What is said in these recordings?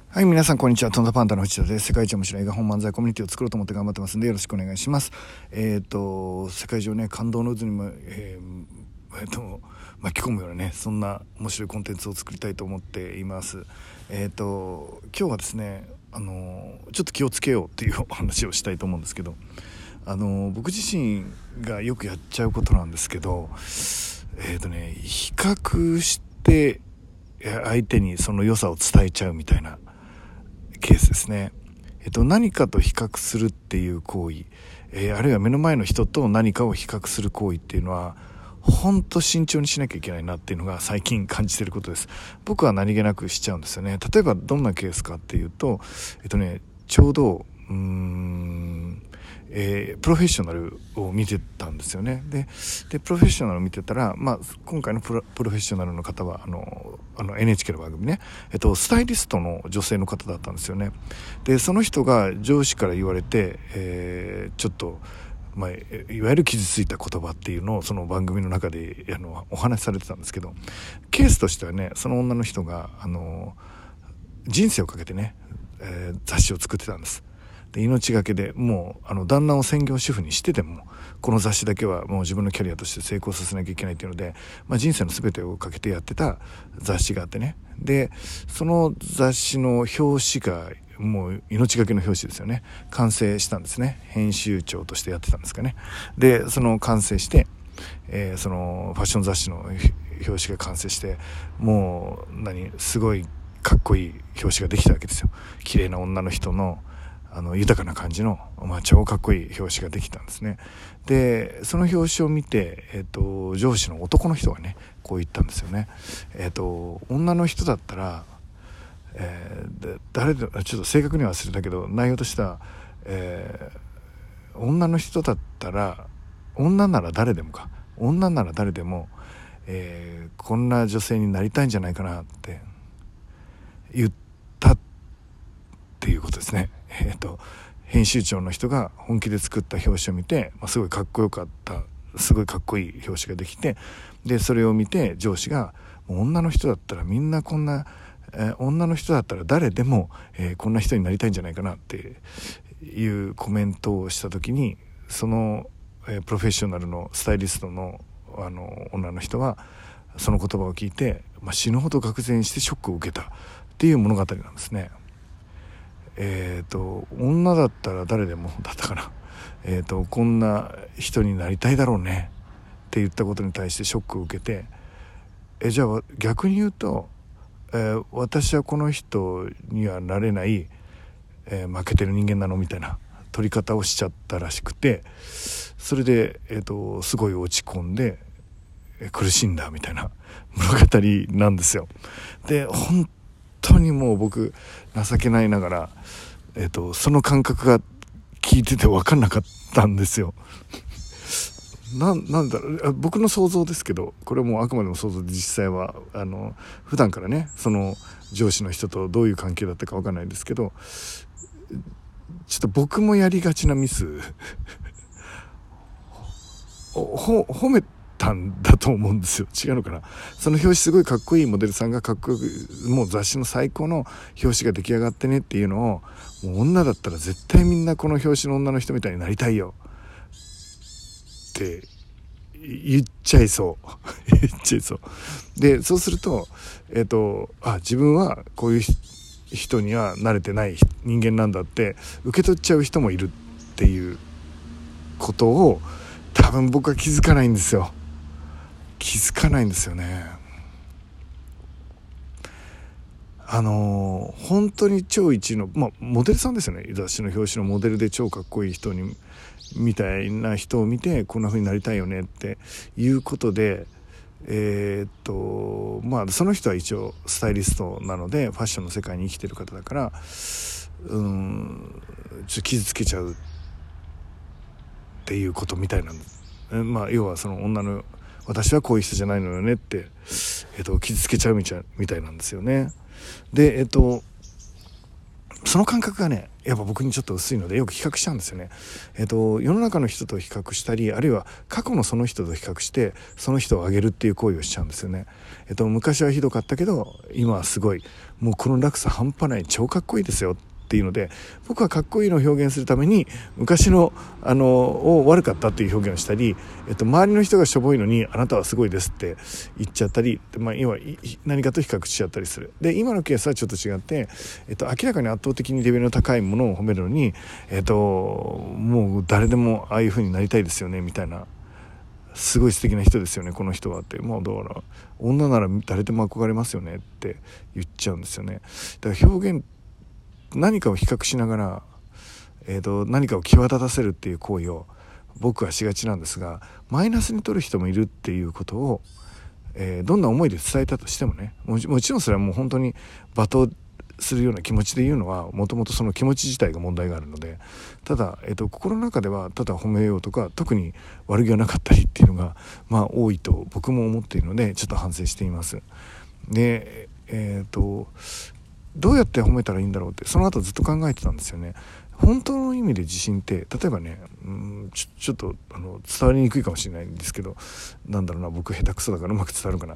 はい、皆さんこんにちは。トンダパンダの藤田です。世界一面白い映画本漫才コミュニティを作ろうと思って頑張ってますんでよろしくお願いします。世界中ね感動の渦にも、巻き込むようなねそんな面白いコンテンツを作りたいと思っています。今日はですねちょっと気をつけようっていう話をしたいと思うんですけど、僕自身がよくやっちゃうことなんですけど、比較して相手にその良さを伝えちゃうみたいなケースですね。何かと比較するっていう行為、あるいは目の前の人と何かを比較する行為っていうのは本当慎重にしなきゃいけないなっていうのが最近感じていることです。僕は何気なくしちゃうんですよね。例えばどんなケースかっていうと、ちょうどプロフェッショナルを見てたんですよね。でプロフェッショナルを見てたら、今回のプロフェッショナルの方はNHK の番組ね、スタイリストの女性の方だったんですよね。でその人が上司から言われて、ちょっといわゆる傷ついた言葉っていうのをその番組の中でお話しされてたんですけど、ケースとしてはね、その女の人が人生をかけてね、雑誌を作ってたんです。で命がけでもう旦那を専業主婦にしてでもこの雑誌だけはもう自分のキャリアとして成功させなきゃいけないというので、人生の全てをかけてやってた雑誌があってね。でその雑誌の表紙がもう命がけの表紙ですよね。完成したんですね。編集長としてやってたんですかね。でその完成して、そのファッション雑誌の表紙が完成して、もうすごいかっこいい表紙ができたわけですよ。綺麗な女の人の豊かな感じの、超かっこいい表紙ができたんですね。でその表紙を見て、上司の男の人がねこう言ったんですよね。女の人だったら、誰でちょっと正確には忘れたけど内容としては、女の人だったら女なら誰でも、こんな女性になりたいんじゃないかなって言ったっていうことですね。編集長の人が本気で作った表紙を見て、すごいかっこよかった、すごいかっこいい表紙ができて、でそれを見て上司がもう女の人だったらみんなこんな、女の人だったら誰でも、こんな人になりたいんじゃないかなっていうコメントをした時に、その、プロフェッショナルのスタイリストの女の人はその言葉を聞いて、死ぬほど愕然してショックを受けたっていう物語なんですね。女だったら誰でもだったかな、こんな人になりたいだろうねって言ったことに対してショックを受けて、じゃあ逆に言うと、私はこの人にはなれない、負けてる人間なのみたいな取り方をしちゃったらしくて、それで、すごい落ち込んで苦しんだみたいな物語なんですよ。で本当にもう僕情けないながら、その感覚が聞いてて分かんなかったんですよ。なんだろう、僕の想像ですけど、これはもうあくまでも想像で、実際は普段からねその上司の人とどういう関係だったか分かんないですけど、ちょっと僕もやりがちなミス褒めたんだと思うんですよ。違うのかな。その表紙すごいかっこいいモデルさんがかっこよく、もう雑誌の最高の表紙が出来上がってねっていうのを、もう女だったら絶対みんなこの表紙の女の人みたいになりたいよって言っちゃいそうでそうすると、自分はこういう人には慣れてない人間なんだって受け取っちゃう人もいるっていうことを多分僕は気づかないんですよね。本当に超一の、モデルさんですよね。雑誌の表紙のモデルで超かっこいい人みたいな人を見て、こんな風になりたいよねっていうことで、その人は一応スタイリストなのでファッションの世界に生きてる方だから、ちょっと傷つけちゃうっていうことみたいなんです。要はその女の私はこういう人じゃないのよねって、傷つけちゃうみたいなんですよね。でその感覚がねやっぱ僕にちょっと薄いのでよく比較しちゃうんですよね。世の中の人と比較したり、あるいは過去のその人と比較してその人を上げるっていう行為をしちゃうんですよね。昔はひどかったけど今はすごい、もうこの落差半端ない、超かっこいいですよっていうので、僕はかっこいいのを表現するために昔のを悪かったっていう表現をしたり、周りの人がしょぼいのにあなたはすごいですって言っちゃったり、要は何かと比較しちゃったりする。で今のケースはちょっと違って、明らかに圧倒的にレベルの高いものを褒めるのに、もう誰でもああいう風になりたいですよねみたいな、すごい素敵な人ですよねこの人はって、だから女なら誰でも憧れますよねって言っちゃうんですよね。だから表現、何かを比較しながら、何かを際立たせるっていう行為を僕はしがちなんですが、マイナスに取る人もいるっていうことを、どんな思いで伝えたとしてもね、もちろんそれはもう本当に罵倒するような気持ちで言うのはもともとその気持ち自体が問題があるので、ただ、心の中ではただ褒めようとか特に悪気がなかったりっていうのが多いと僕も思っているので、ちょっと反省しています。でどうやって褒めたらいいんだろうってその後ずっと考えてたんですよね。本当の意味で自信って、例えばね、ちょっと伝わりにくいかもしれないんですけど、僕下手くそだからうまく伝わるかな。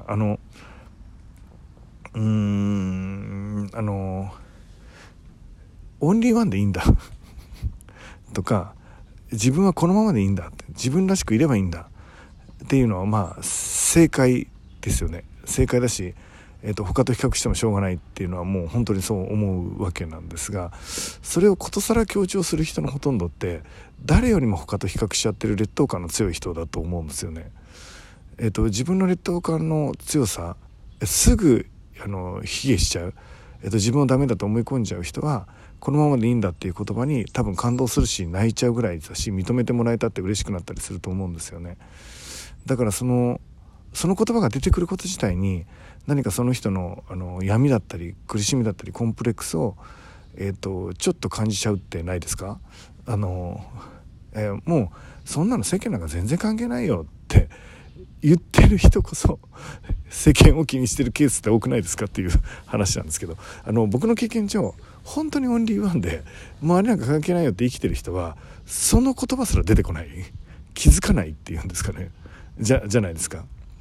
オンリーワンでいいんだとか、自分はこのままでいいんだって、自分らしくいればいいんだっていうのは正解ですよね。正解だし、他と比較してもしょうがないっていうのはもう本当にそう思うわけなんですが、それをことさら強調する人のほとんどって誰よりも他と比較しちゃってる劣等感の強い人だと思うんですよね。自分の劣等感の強さすぐ卑下しちゃう、自分をダメだと思い込んじゃう人はこのままでいいんだっていう言葉に多分感動するし泣いちゃうぐらいだし、認めてもらえたって嬉しくなったりすると思うんですよね。だからその言葉が出てくること自体に何かその人の闇だったり苦しみだったりコンプレックスをちょっと感じちゃうってないですか？もうそんなの世間なんか全然関係ないよって言ってる人こそ世間を気にしてるケースって多くないですかっていう話なんですけど、僕の経験上本当にオンリーワンで周りなんか関係ないよって生きてる人はその言葉すら出てこない、気づかないっていうんですかね、じゃないですか。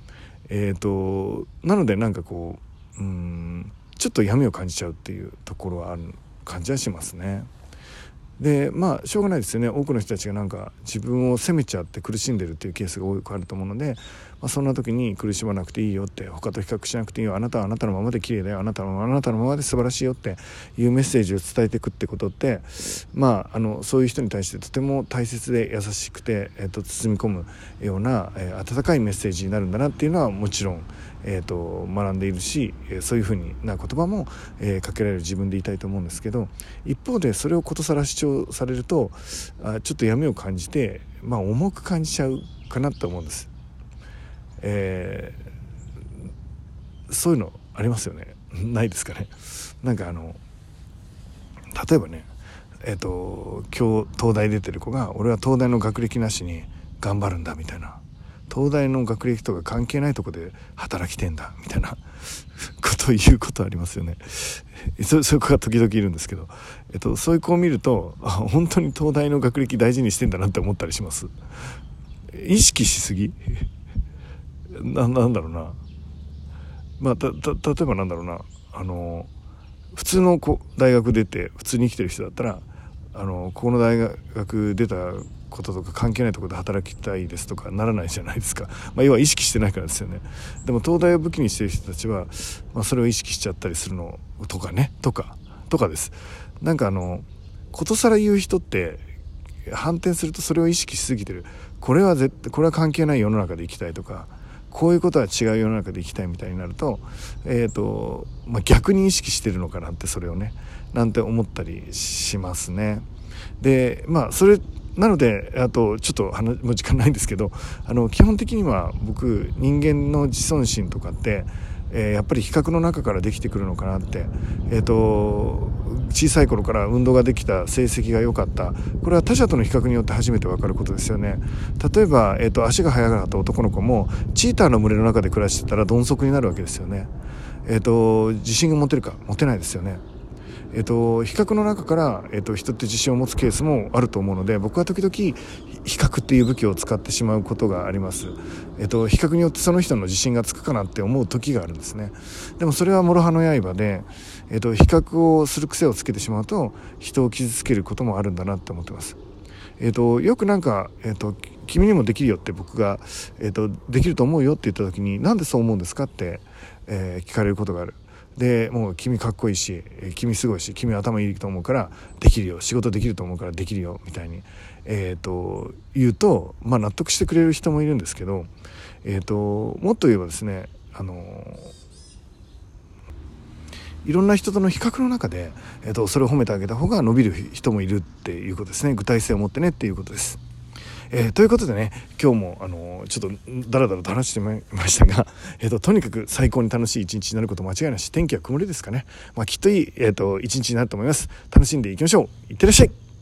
なのでちょっと闇を感じちゃうっていうところはある感じはしますね。でしょうがないですよね。多くの人たちが自分を責めちゃって苦しんでるっていうケースが多くあると思うので、そんな時に苦しまなくていいよって、他と比較しなくていいよ、あなたはあなたのままで綺麗だよ、あなたはあなたのままで素晴らしいよっていうメッセージを伝えていくってことって、そういう人に対してとても大切で優しくて、包み込むような、温かいメッセージになるんだなっていうのはもちろん学んでいるし、そういうふうな言葉も、かけられる自分でいたいと思うんですけど、一方でそれをことさら主張されるとちょっと闇を感じて、重く感じちゃうかなと思うんです。そういうのありますよね。ないですかね。例えばね、今日東大出てる子が俺は東大の学歴なしに頑張るんだみたいな、東大の学歴とか関係ないとこで働きてんだみたいなことを言うことありますよね。そういう子が時々いるんですけど、そういう子を見ると本当に東大の学歴大事にしてんだなって思ったりします。意識しすぎなんだろうな。例えば普通の大学出て普通に生きてる人だったらここの大学出たこととか関係ないところで働きたいですとかならないじゃないですか。要は意識してないからですよね。でも東大を武器にしてる人たちは、それを意識しちゃったりするのとかねとかです。ことさら言う人って反転するとそれを意識しすぎてる、これは関係ない世の中で生きたいとか、こういうことは違う世の中で生きたいみたいになると、逆に意識してるのかなって、それをねなんて思ったりしますね。でそれなのであとちょっともう時間ないんですけど、基本的には僕人間の自尊心とかってやっぱり比較の中からできてくるのかなって、小さい頃から運動ができた、成績が良かった、これは他者との比較によって初めて分かることですよね。例えば、足が速かった男の子もチーターの群れの中で暮らしてたら鈍足になるわけですよね。自信が持てるか持てないですよね。 比較の中から、人って自信を持つケースもあると思うので、僕は時々比較っていう武器を使ってしまうことがあります。比較によってその人の自信がつくかなって思う時があるんですね。でもそれは諸刃の刃で、比較をする癖をつけてしまうと人を傷つけることもあるんだなって思ってます。よくなんか、君にもできるよって僕が、できると思うよって言った時に、なんでそう思うんですかって、聞かれることがある。でもう君かっこいいし、君すごいし、君頭いいと思うからできるよ、仕事できると思うからできるよみたいに、言うと、納得してくれる人もいるんですけど、もっと言えばですね、いろんな人との比較の中で、それを褒めてあげた方が伸びる人もいるっていうことですね。具体性を持ってねっていうことです。ということでね、今日もちょっとダラダラと話してまいりましたが、とにかく最高に楽しい一日になること間違いなし。天気は曇りですかね。きっといい、一日になると思います。楽しんでいきましょう。いってらっしゃい。